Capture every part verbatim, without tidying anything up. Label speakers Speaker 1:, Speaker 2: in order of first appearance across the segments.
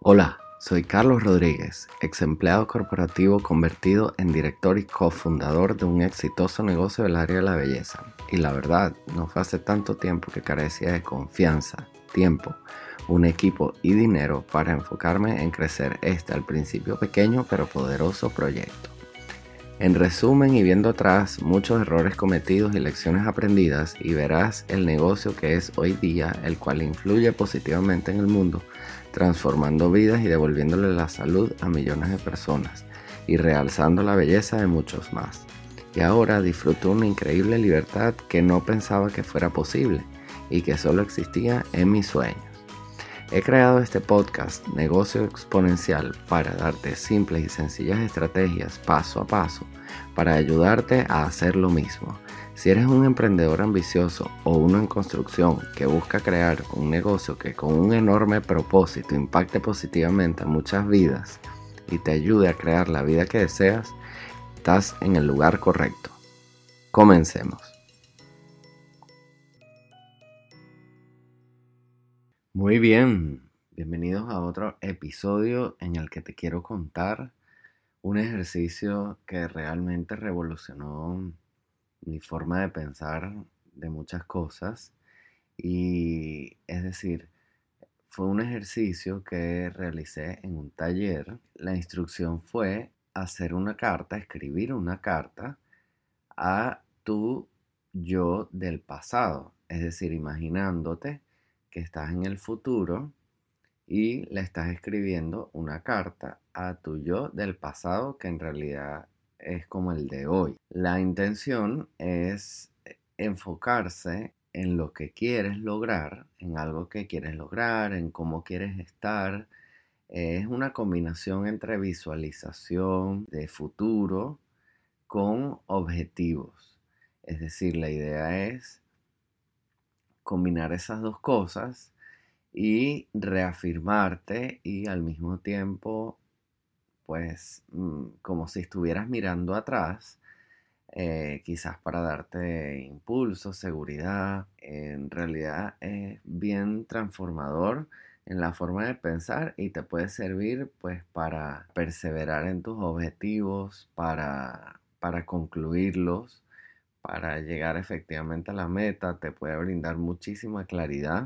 Speaker 1: Hola, soy Carlos Rodríguez, ex empleado corporativo convertido en director y cofundador de un exitoso negocio del área de la belleza. Y la verdad, no fue hace tanto tiempo que carecía de confianza, tiempo, un equipo y dinero para enfocarme en crecer este al principio pequeño pero poderoso proyecto. En resumen y viendo atrás muchos errores cometidos y lecciones aprendidas, y verás el negocio que es hoy día, el cual influye positivamente en el mundo, transformando vidas y devolviéndole la salud a millones de personas y realzando la belleza de muchos más. Y ahora disfruto una increíble libertad que no pensaba que fuera posible y que solo existía en mis sueños. He creado este podcast Negocio Exponencial para darte simples y sencillas estrategias paso a paso para ayudarte a hacer lo mismo. Si eres un emprendedor ambicioso o uno en construcción que busca crear un negocio que con un enorme propósito impacte positivamente a muchas vidas y te ayude a crear la vida que deseas, estás en el lugar correcto. Comencemos. Muy bien, bienvenidos a otro episodio en el que te quiero contar un ejercicio que realmente revolucionó mi forma de pensar de muchas cosas. Y es decir, fue un ejercicio que realicé en un taller. La instrucción fue hacer una carta, escribir una carta a tu yo del pasado. Es decir, imaginándote que estás en el futuro y le estás escribiendo una carta a tu yo del pasado, que en realidad es como el de hoy. La intención es enfocarse en lo que quieres lograr, en algo que quieres lograr, en cómo quieres estar. Es una combinación entre visualización de futuro con objetivos. Es decir, la idea es combinar esas dos cosas y reafirmarte y al mismo tiempo, pues, mm, como si estuvieras mirando atrás, eh, quizás para darte impulso, seguridad. En realidad es bien transformador en la forma de pensar y te puede servir, pues, para perseverar en tus objetivos, para, para concluirlos, para llegar efectivamente a la meta. Te puede brindar muchísima claridad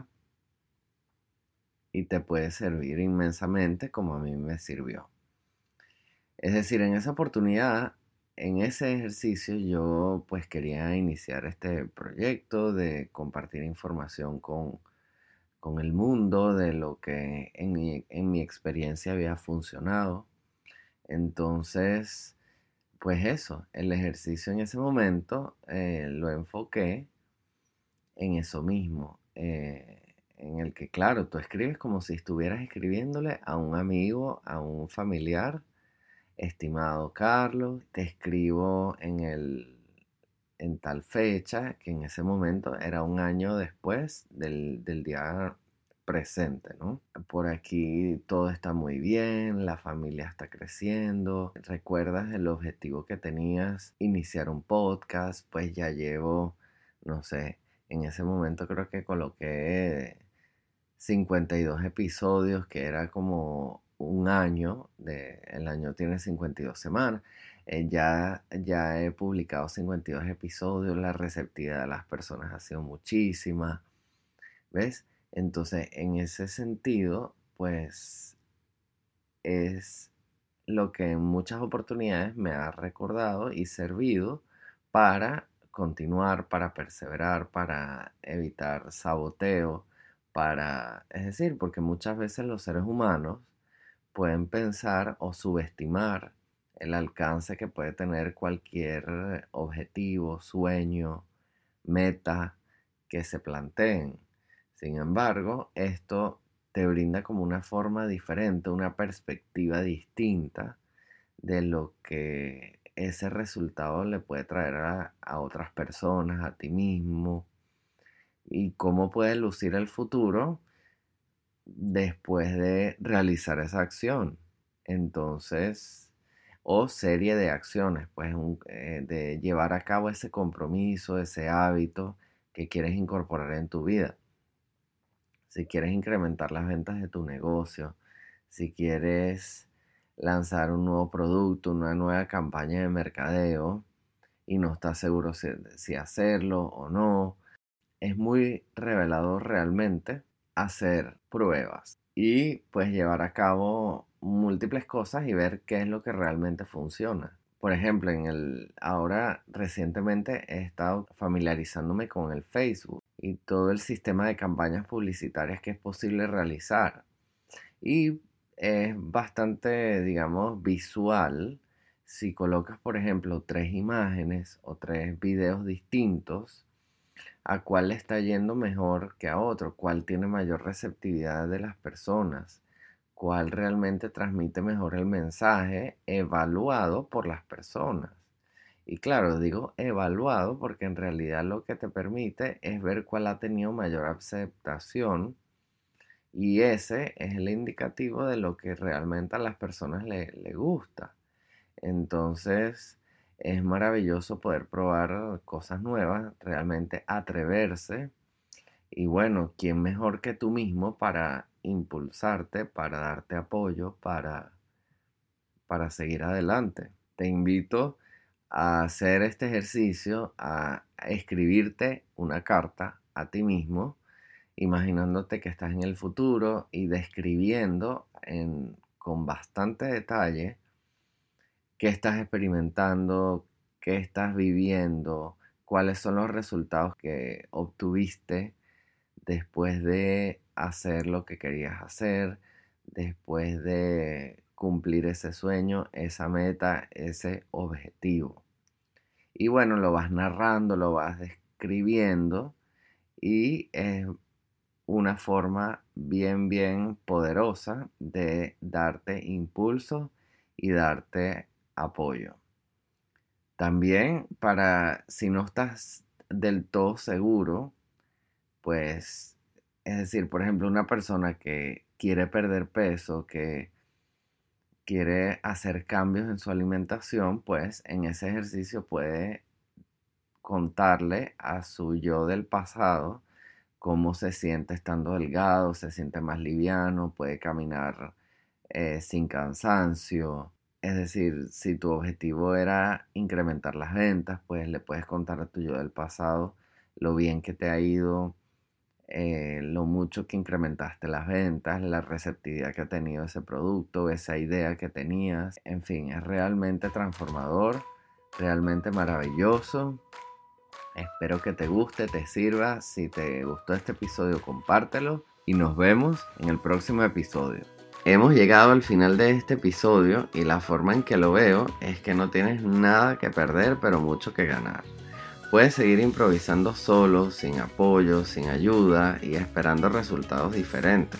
Speaker 1: y te puede servir inmensamente como a mí me sirvió. Es decir, en esa oportunidad, en ese ejercicio, yo pues quería iniciar este proyecto de compartir información con, con el mundo de lo que en mi, en mi experiencia había funcionado. Entonces, pues eso, el ejercicio en ese momento eh, lo enfoqué en eso mismo. Eh, en el que, claro, tú escribes como si estuvieras escribiéndole a un amigo, a un familiar. Estimado Carlos, te escribo en el, en tal fecha, que en ese momento era un año después del, del día presente, ¿no? Por aquí todo está muy bien, la familia está creciendo. ¿Recuerdas el objetivo que tenías? Iniciar un podcast. Pues ya llevo, no sé, en ese momento creo que coloqué cincuenta y dos episodios, que era como un año. De, el año tiene cincuenta y dos semanas. Eh, ya, ya he publicado cincuenta y dos episodios, la receptividad de las personas ha sido muchísima, ¿ves? Entonces, en ese sentido, pues es lo que en muchas oportunidades me ha recordado y servido para continuar, para perseverar, para evitar saboteo, para, es decir, porque muchas veces los seres humanos pueden pensar o subestimar el alcance que puede tener cualquier objetivo, sueño, meta que se planteen. Sin embargo, esto te brinda como una forma diferente, una perspectiva distinta de lo que ese resultado le puede traer a, a otras personas, a ti mismo, y cómo puede lucir el futuro después de realizar esa acción. Entonces, o serie de acciones, pues un- eh, de llevar a cabo ese compromiso, ese hábito que quieres incorporar en tu vida. Si quieres incrementar las ventas de tu negocio, si quieres lanzar un nuevo producto, una nueva campaña de mercadeo y no estás seguro si, si hacerlo o no. Es muy revelador realmente hacer pruebas y pues llevar a cabo múltiples cosas y ver qué es lo que realmente funciona. Por ejemplo, en el ahora recientemente he estado familiarizándome con el Facebook y todo el sistema de campañas publicitarias que es posible realizar. Y es bastante, digamos, visual si colocas, por ejemplo, tres imágenes o tres videos distintos, a cuál le está yendo mejor que a otro, cuál tiene mayor receptividad de las personas, cuál realmente transmite mejor el mensaje evaluado por las personas. Y claro, digo evaluado porque en realidad lo que te permite es ver cuál ha tenido mayor aceptación y ese es el indicativo de lo que realmente a las personas le, le gusta. Entonces es maravilloso poder probar cosas nuevas, realmente atreverse. Y bueno, ¿quién mejor que tú mismo para impulsarte, para darte apoyo, para, para seguir adelante? Te invito a hacer este ejercicio, a escribirte una carta a ti mismo, imaginándote que estás en el futuro y describiendo en, con bastante detalle qué estás experimentando, qué estás viviendo, cuáles son los resultados que obtuviste después de hacer lo que querías hacer, después de cumplir ese sueño, esa meta, ese objetivo. Y bueno, lo vas narrando, lo vas describiendo y es una forma bien, bien poderosa de darte impulso y darte apoyo. También para si no estás del todo seguro, pues, es decir, por ejemplo, una persona que quiere perder peso, que quiere hacer cambios en su alimentación, pues en ese ejercicio puede contarle a su yo del pasado cómo se siente estando delgado, se siente más liviano, puede caminar eh, sin cansancio. Es decir, si tu objetivo era incrementar las ventas, pues le puedes contar a tu yo del pasado lo bien que te ha ido, eh, lo mucho que incrementaste las ventas, la receptividad que ha tenido ese producto, esa idea que tenías. En fin, es realmente transformador, realmente maravilloso. Espero que te guste, te sirva. Si te gustó este episodio, compártelo y nos vemos en el próximo episodio. Hemos llegado al final de este episodio y la forma en que lo veo es que no tienes nada que perder, pero mucho que ganar. Puedes seguir improvisando solo, sin apoyo, sin ayuda y esperando resultados diferentes.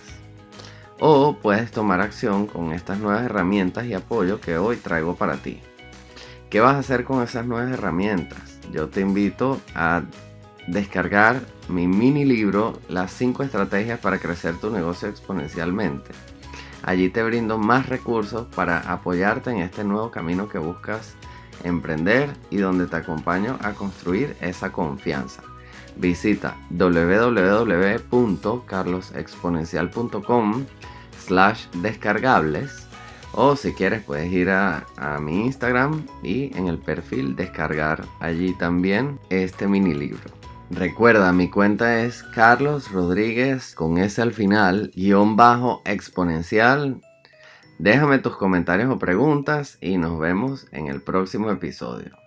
Speaker 1: O puedes tomar acción con estas nuevas herramientas y apoyo que hoy traigo para ti. ¿Qué vas a hacer con esas nuevas herramientas? Yo te invito a descargar mi mini libro, Las cinco estrategias para crecer tu negocio exponencialmente. Allí te brindo más recursos para apoyarte en este nuevo camino que buscas emprender y donde te acompaño a construir esa confianza. Visita w w w punto carlosexponencial punto com slash descargables o si quieres puedes ir a, a mi Instagram y en el perfil descargar allí también este mini libro. Recuerda, mi cuenta es Carlos Rodríguez con S al final, guión bajo exponencial. Déjame tus comentarios o preguntas y nos vemos en el próximo episodio.